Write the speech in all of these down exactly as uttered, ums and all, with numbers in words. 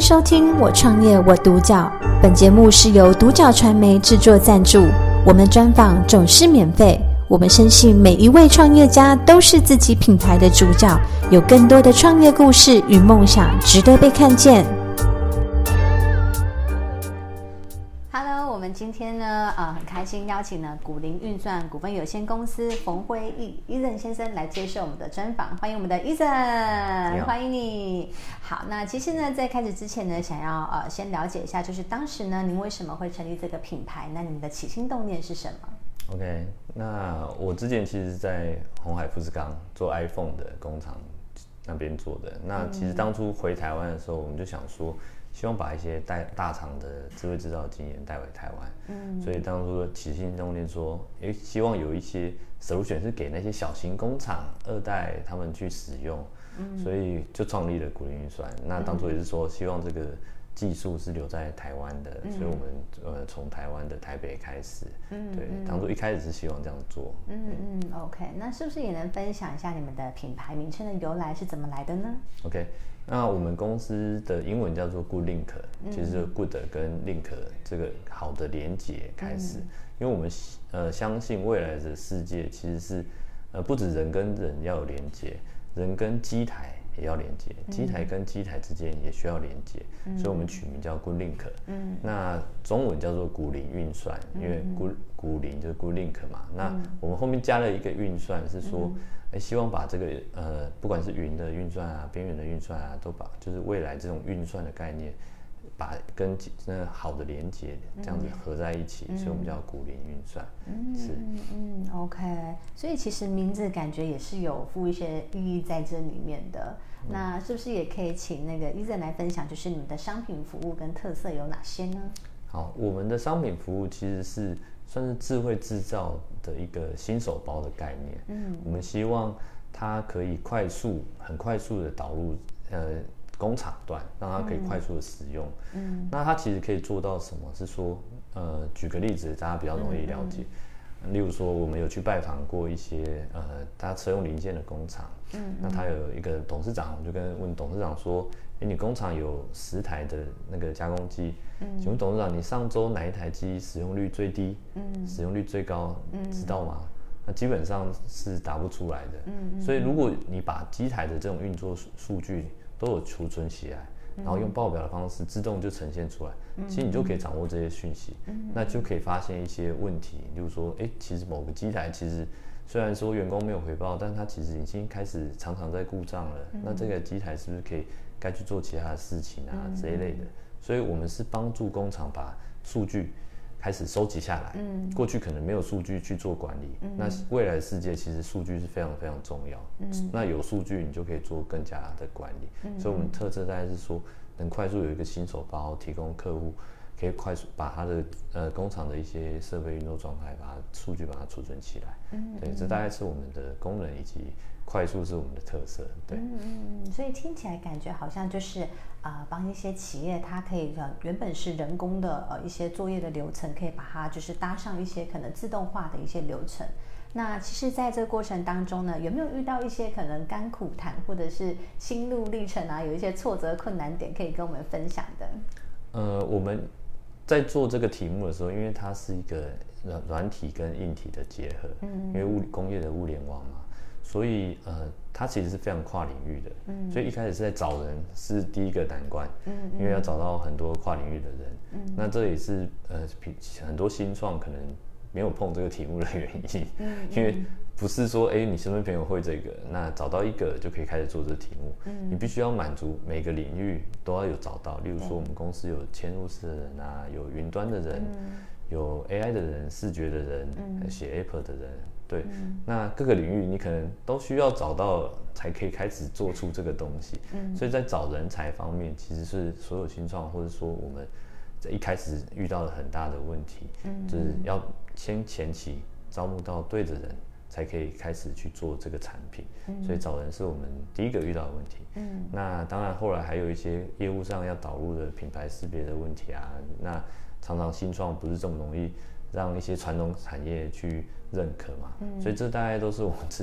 收听我创业我独角，本节目是由独角传媒制作赞助，我们专访总是免费。我们深信每一位创业家都是自己品牌的主角，有更多的创业故事与梦想值得被看见。Hello， 我们今天呢，呃，很开心邀请了古灵运算股份有限公司冯辉毅 Eason 先生来接受我们的专访，欢迎我们的 Eason， 欢迎你。好，那其实呢，在开始之前呢，想要呃先了解一下，就是当时呢，您为什么会成立这个品牌？那你们的起心动念是什么？ OK， 那我之前其实在鸿海富士康做 iPhone 的工厂那边做的。那其实当初回台湾的时候，我们就想说，希望把一些大大厂的智慧制造经验带回台湾。嗯，所以当初起心动念说，诶，希望有一些 solution 是给那些小型工厂二代他们去使用。嗯，所以就创立了古灵运算。那当初也是说，希望这个技术是留在台湾的，嗯、所以我们呃从台湾的台北开始，嗯，对，当初一开始是希望这样做。嗯嗯 ，OK， 那是不是也能分享一下你们的品牌名称的由来是怎么来的呢 ？OK， 那我们公司的英文叫做 Good Link， 其实 Good 跟 Link 这个好的连结开始，嗯、因为我们呃相信未来的世界其实是呃不止人跟人要有连结，人跟机台也要连接，机台跟机台之间也需要连接，嗯、所以我们取名叫 Good Link。嗯，那中文叫做古灵运算，因为古古灵就是 Good Link 嘛。那我们后面加了一个运算，是说，哎、嗯，希望把这个呃，不管是云的运算啊、边缘的运算啊，都把就是未来这种运算的概念，把跟那好的连接这样子合在一起，嗯、所以我们叫古灵运算。嗯，是， 嗯嗯 ，OK， 所以其实名字感觉也是有附一些意义在这里面的。嗯、那是不是也可以请那个 Eason 来分享，就是你们的商品服务跟特色有哪些呢？ 好，我们的商品服务其实是算是智慧制造的一个新手包的概念。嗯，我们希望它可以快速、很快速的导入呃。工厂端，让它可以快速的使用。嗯，那它其实可以做到什么？是说，呃，举个例子，大家比较容易了解。嗯嗯、例如说，我们有去拜访过一些呃，它车用零件的工厂。嗯，那他有一个董事长，我就跟问董事长说：“哎，你工厂有十台的那个加工机，嗯，请问董事长，你上周哪一台机使用率最低？嗯，使用率最高？嗯，知道吗？”那基本上是答不出来的。嗯，所以如果你把机台的这种运作数据都有储存起来，然后用报表的方式自动就呈现出来，嗯、其实你就可以掌握这些讯息，嗯、那就可以发现一些问题，例如说，哎，其实某个机台其实虽然说员工没有回报，但它其实已经开始常常在故障了，嗯、那这个机台是不是可以该去做其他的事情啊、嗯、这一类的？所以我们是帮助工厂把数据开始收集下来，嗯，过去可能没有数据去做管理，嗯、那未来的世界其实数据是非常非常重要，嗯，那有数据你就可以做更加的管理，嗯，所以我们特色大概是说，能快速有一个新手包，提供客户可以快速把他的呃工厂的一些设备运作状态，把它数据把它储存起来，嗯，对，这大概是我们的功能以及快速是我们的特色，对， 嗯嗯，所以听起来感觉好像就是啊、呃，帮一些企业，它可以呃原本是人工的呃一些作业的流程，可以把它就是搭上一些可能自动化的一些流程。那其实在这个过程当中呢，有没有遇到一些可能甘苦谈或者是心路历程啊，有一些挫折困难点可以跟我们分享的？ 呃，我们在做这个题目的时候，因为它是一个软软体跟硬体的结合，嗯，因为物工业的物联网嘛。所以呃，它其实是非常跨领域的，嗯，所以一开始是在找人是第一个难关，嗯，因为要找到很多跨领域的人，嗯，那这也是呃很多新创可能没有碰这个题目的原因，嗯，因为不是说哎你身边朋友会这个，那找到一个就可以开始做这个题目，嗯，你必须要满足每个领域都要有找到，例如说我们公司有嵌入式的人啊，有云端的人，嗯，有 A I 的人，视觉的人，嗯，写 App 的人。对，嗯、那各个领域你可能都需要找到，才可以开始做出这个东西。嗯，所以在找人才方面，其实是所有新创或者说我们在一开始遇到了很大的问题，嗯，就是要先前期招募到对的人，才可以开始去做这个产品。嗯，所以找人是我们第一个遇到的问题。嗯，那当然后来还有一些业务上要导入的品牌识别的问题啊，那常常新创不是这么容易让一些传统产业去认可嘛，嗯，所以这大概都是我们之前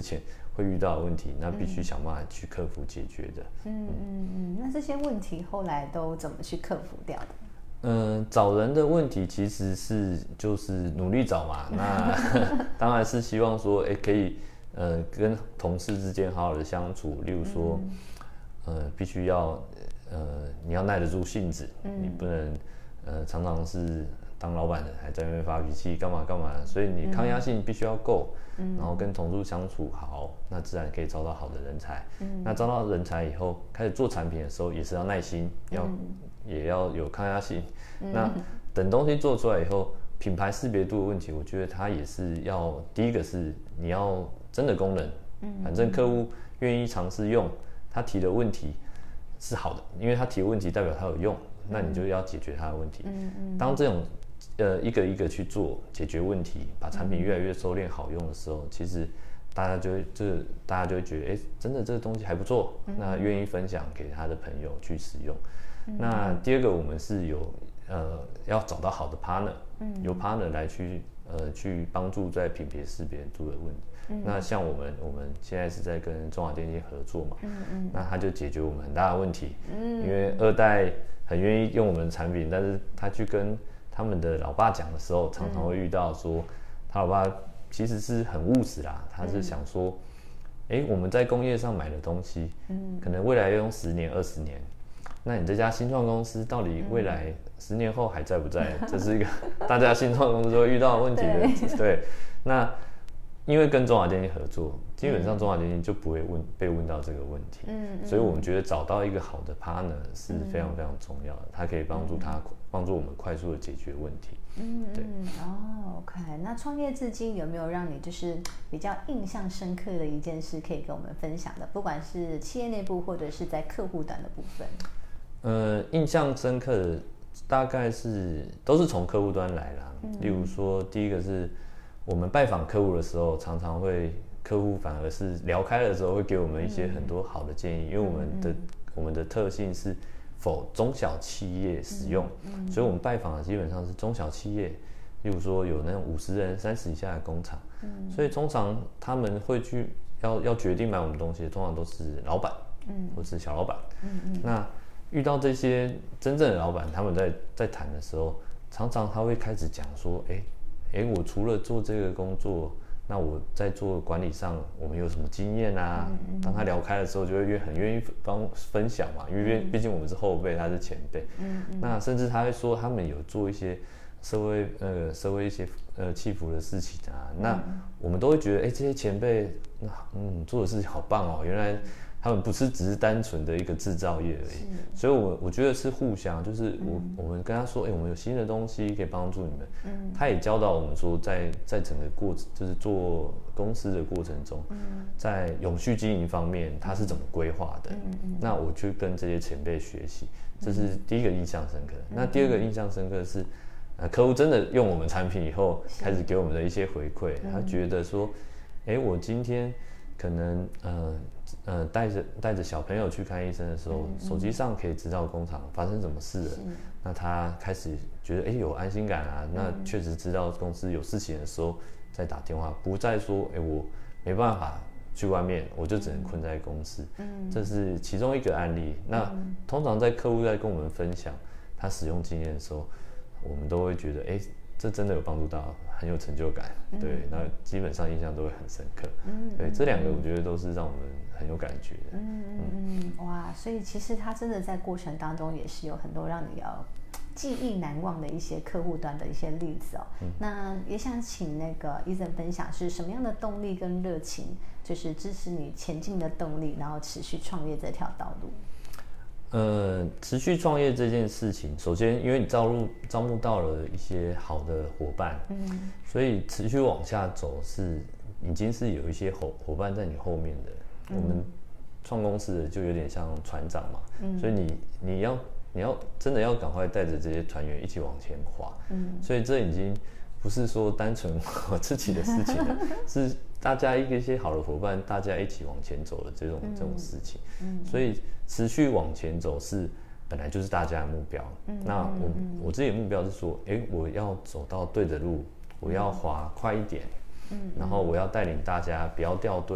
会遇到的问题，那必须想办法去克服解决的。 嗯嗯嗯，那这些问题后来都怎么去克服掉的？ 嗯，找人的问题其实是就是努力找嘛。那当然是希望说，哎、欸，可以呃跟同事之间好好的相处。例如说，嗯、呃，必须要呃你要耐得住性子，嗯、你不能呃常常是当老板的还在那边发脾气，干嘛干嘛。所以你抗压性必须要够，嗯、然后跟同事相处好，那自然可以招到好的人才。嗯、那招到人才以后，开始做产品的时候也是要耐心，要。嗯也要有抗压性。嗯、那等东西做出来以后，品牌识别度的问题，我觉得它也是要第一个是你要真的功能，嗯、反正客户愿意尝试用，他提的问题是好的，因为他提的问题代表他有用，那你就要解决他的问题。嗯嗯、当这种呃一个一个去做解决问题，把产品越来越收敛好用的时候，其实大家就会这大家就会觉得，哎、欸，真的这个东西还不错，那愿意分享给他的朋友去使用。那第二个，我们是有呃要找到好的 partner，嗯、由 partner 来去呃去帮助在品别识别度的问题。嗯、那像我们我们现在是在跟中华电信合作嘛，嗯嗯、那他就解决我们很大的问题。嗯、因为二代很愿意用我们的产品，但是他去跟他们的老爸讲的时候，常常会遇到说，他老爸其实是很务实啦，他是想说，哎、欸，我们在工业上买的东西，嗯、可能未来要用十年、二十年。那你这家新创公司到底未来十年后还在不在？嗯、这是一个大家新创公司都会遇到的问题的。对，对，那因为跟中华电信合作，基本上中华电信就不会问被问到这个问题。嗯，所以我们觉得找到一个好的 partner 是非常非常重要的，它可以帮助他帮助我们快速的解决问题。 嗯对嗯哦 ，OK， 那创业至今有没有让你就是比较印象深刻的一件事可以跟我们分享的？不管是企业内部或者是在客户端的部分。 呃，印象深刻的大概是都是从客户端来啦。嗯、例如说，第一个是我们拜访客户的时候，常常会客户反而是聊开的时候会给我们一些很多好的建议，嗯、因为我们的、嗯、我们的特性是否中小企业使用，嗯嗯、所以我们拜访的基本上是中小企业，例如说有那种五十人、三十以下的工厂，嗯、所以通常他们会去要要决定买我们东西，通常都是老板，嗯、或是小老板，嗯嗯、那遇到这些真正的老板，他们在在谈的时候，常常他会开始讲说，哎、欸，哎、欸，我除了做这个工作，那我在做管理上，我们有什么经验啊？嗯嗯、当他聊开的时候，就会越很愿意帮分享嘛，因为毕竟我们是后辈，他是前辈。嗯嗯、那甚至他会说，他们有做一些社会呃社会一些呃祈福的事情啊，那我们都会觉得，哎、欸，这些前辈，那嗯做的事情好棒哦，原来。他们不是只是单纯的一个制造业而已，所以我我觉得是互相，就是我、嗯、我们跟他说，哎、欸，我们有新的东西可以帮助你们，嗯、他也教导我们说在，在在整个过程，就是做公司的过程中，嗯、在永续经营方面，他是怎么规划的？嗯嗯、那我去跟这些前辈学习，这是第一个印象深刻。嗯、那第二个印象深刻是，呃，客户真的用我们产品以后，开始给我们的一些回馈，他觉得说，哎、欸，我今天可能呃。呃，带着带着小朋友去看医生的时候，嗯、手机上可以知道工厂发生什么事了。那他开始觉得，哎、欸，有安心感啊。嗯、那确实知道公司有事情的时候再打电话，不再说，哎、欸，我没办法去外面，我就只能困在公司。嗯、这是其中一个案例。那、嗯、通常在客户在跟我们分享他使用经验的时候，我们都会觉得，哎、欸，这真的有帮助到，很有成就感。嗯、对，那基本上印象都会很深刻。嗯、对，这两个我觉得都是让我们很有感觉的。 嗯嗯嗯，哇，所以其实他真的在过程当中也是有很多让你要记忆难忘的一些客户端的一些例子哦。嗯、那也想请那个 Ethan 分享是什么样的动力跟热情，就是支持你前进的动力，然后持续创业这条道路。 呃，持续创业这件事情，首先因为你招入招募到了一些好的伙伴，嗯，所以持续往下走是已经是有一些伙伙伴在你后面的。嗯、我们创公司的就有点像船长嘛，嗯、所以你你要你要真的要赶快带着这些团员一起往前滑，嗯，所以这已经不是说单纯我自己的事情了，是大家一个一些好的伙伴，大家一起往前走的这种、嗯、这种事情，嗯，所以持续往前走是本来就是大家的目标。嗯、那我、嗯、我自己的目标是说，哎、欸，我要走到对的路，我要滑快一点，嗯，然后我要带领大家不要掉队，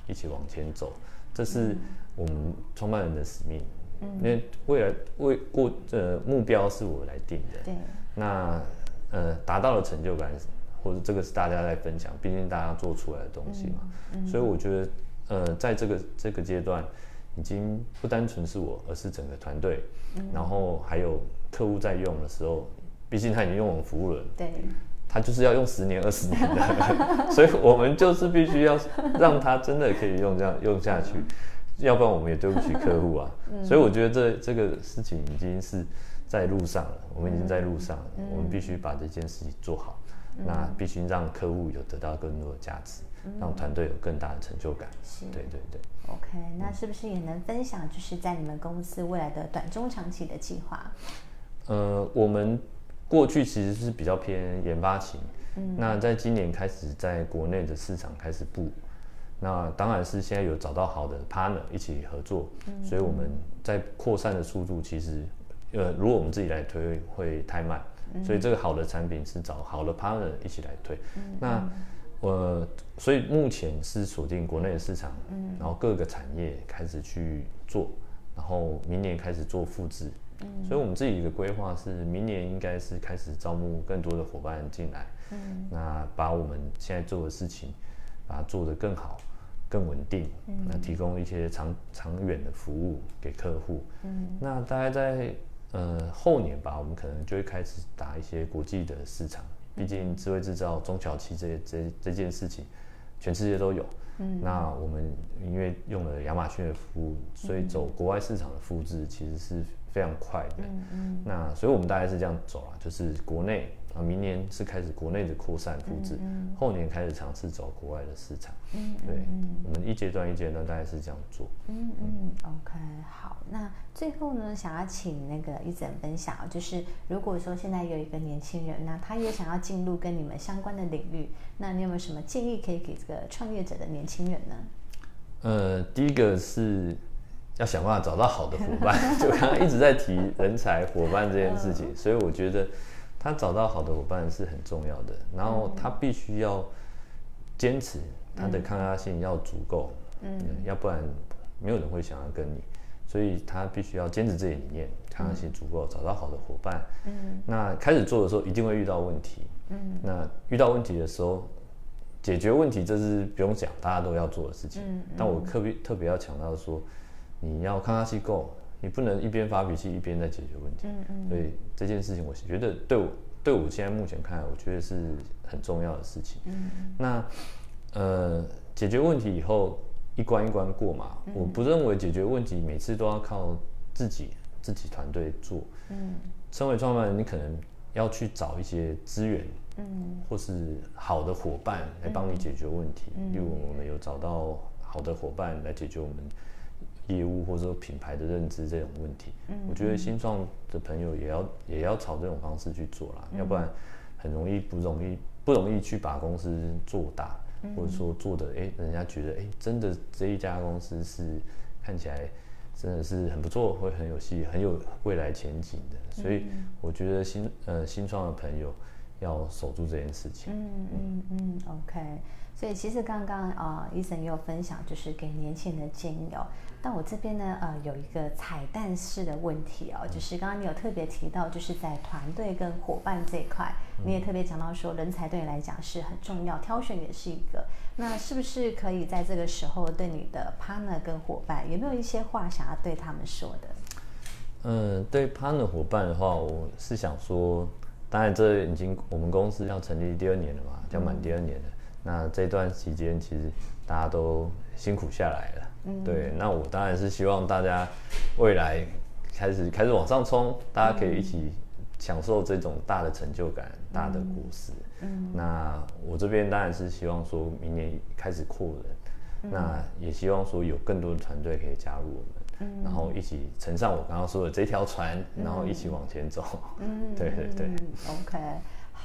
一起往前走，这是我们创办人的使命。嗯，因为未来为过呃目标是我来定的， 对， 那呃达到了成就感，或者这个是大家在分享，毕竟大家做出来的东西嘛，嗯嗯、所以我觉得呃在这个这个阶段，已经不单纯是我，而是整个团队，嗯、然后还有客户在用的时候，毕竟他已经用我们服务了， 对。 他就是要用十年、二十年的，所以我们就是必须要让他真的可以用这样用下去，要不然我们也对不起客户啊。嗯、所以我觉得这这个事情已经是在路上了，我们已经在路上了，嗯、我们必须把这件事情做好，嗯、那必须让客户有得到更多的价值，嗯、让团队有更大的成就感。 是， 对对对。 OK， 那是不是也能分享，就是在你们公司未来的短中长期的计划？ 呃，我们。过去其实是比较偏研发型，嗯、那在今年开始在国内的市场开始布，那当然是现在有找到好的 partner 一起合作，嗯、所以我们在扩散的速度其实，呃，如果我们自己来推会太慢，嗯、所以这个好的产品是找好的 partner 一起来推，嗯、那呃，所以目前是锁定国内的市场，嗯、然后各个产业开始去做，然后明年开始做复制。嗯、所以我们自己的规划是，明年应该是开始招募更多的伙伴进来，嗯、那把我们现在做的事情，把它做得更好、更稳定，嗯、那提供一些长长远的服务给客户。嗯、那大概在呃后年吧，我们可能就会开始打一些国际的市场，毕竟智慧制造、中小企这这这件事情，全世界都有。嗯、那我们因为用了亚马逊的服务，所以走国外市场的复制其实是非常快的。嗯嗯、那所以我们大概是这样走啦，就是国内啊，明年是开始国内的扩散复制，嗯嗯、后年开始尝试走国外的市场。嗯嗯、对，我们一阶段一阶段大概是这样做。 嗯嗯 ，OK， 好，那最后呢，想要请那个Ethan分享，就是如果说现在有一个年轻人，那他也想要进入跟你们相关的领域，那你有没有什么建议可以给这个创业者的年轻人呢？ 呃，第一个是要想办法找到好的伙伴，就刚刚一直在提人才伙伴这件事情，所以我觉得他找到好的伙伴是很重要的，然后他必须要坚持，他的抗压性要足够，嗯，要不然没有人会想要跟你，所以他必须要坚持这些理念，抗压性足够，找到好的伙伴，嗯，那开始做的时候一定会遇到问题，嗯，那遇到问题的时候，解决问题这是不用讲，大家都要做的事情，嗯嗯、但我特别特别要强调说，你要抗压性够，你不能一边发脾气一边在解决问题，嗯嗯、所以这件事情我觉得对我对我现在目前看来，我觉得是很重要的事情，嗯、那呃解决问题以后一关一关过嘛，嗯、我不认为解决问题每次都要靠自己自己团队做，嗯，身为创办人，你可能要去找一些资源。嗯，或是好的伙伴来帮你解决问题，嗯、例如我们有找到好的伙伴来解决我们业务或者说品牌的认知这种问题。嗯、我觉得新创的朋友也要也要朝这种方式去做啦，嗯、要不然很容易不容易不容易去把公司做大，嗯、或者说做的哎，人家觉得哎，真的这一家公司是看起来真的是很不错，会很有戏很有未来前景的。所以我觉得新呃新创的朋友。要守住这件事情。 嗯嗯嗯 ，OK。所以其实刚刚啊 ，Ethan 也有分享，就是给年轻人的建议哦。但我这边呢，呃，有一个彩蛋式的问题哦，就是刚刚你有特别提到，就是在团队跟伙伴这一块，你也特别讲到说，人才对你来讲是很重要，挑选也是一个。那是不是可以在这个时候对你的 partner 跟伙伴，有没有一些话想要对他们说的？ 嗯，对 partner 伙伴的话，我是想说。当然，这已经我们公司要成立第二年了嘛，将满第二年了。嗯、那这段期间，其实大家都辛苦下来了。嗯、对，那我当然是希望大家未来开始开始往上冲，大家可以一起享受这种大的成就感、嗯、大的果实。嗯、那我这边当然是希望说明年开始扩人，嗯、那也希望说有更多的团队可以加入我们。嗯、然后一起乘上我刚刚说的这条船，嗯、然后一起往前走。嗯，对对对。 嗯、OK，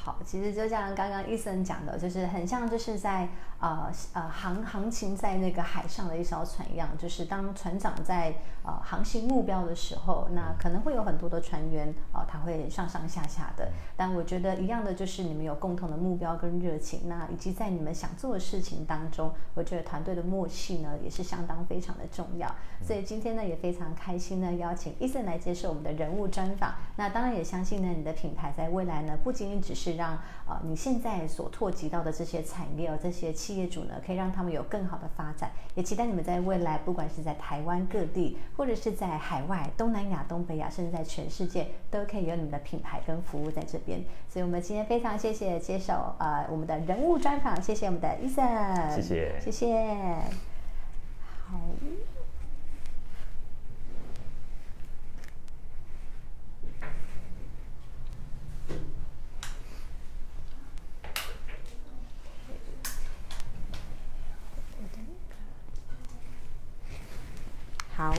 好，其实就像刚刚伊森讲的，就是很像就是在呃呃航航行在那个海上的一艘船一样，就是当船长在呃航行目标的时候，那可能会有很多的船员啊、呃，他会上上下下的。但我觉得一样的就是你们有共同的目标跟热情，那以及在你们想做的事情当中，我觉得团队的默契呢也是相当非常的重要。所以今天呢也非常开心呢邀请伊森来接受我们的人物专访。那当然也相信呢你的品牌在未来呢不仅仅只是让呃你现在所拓及到的这些产业哦，这些企业主呢可以让他们有更好的发展，也期待你们在未来不管是在台湾各地，或者是在海外、东南亚、东北亚，甚至在全世界都可以有你们的品牌跟服务在这边。所以我们今天非常谢谢接受呃我们的人物专访，谢谢我们的伊森， 谢谢， 谢谢。好。好，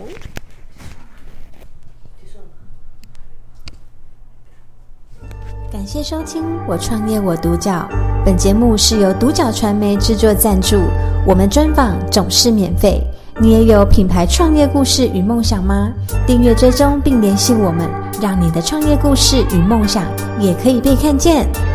感谢收听《我创业我独角》。本节目是由独角传媒制作赞助，我们专访总是免费。你也有品牌创业故事与梦想吗？订阅追踪并联系我们，让你的创业故事与梦想也可以被看见。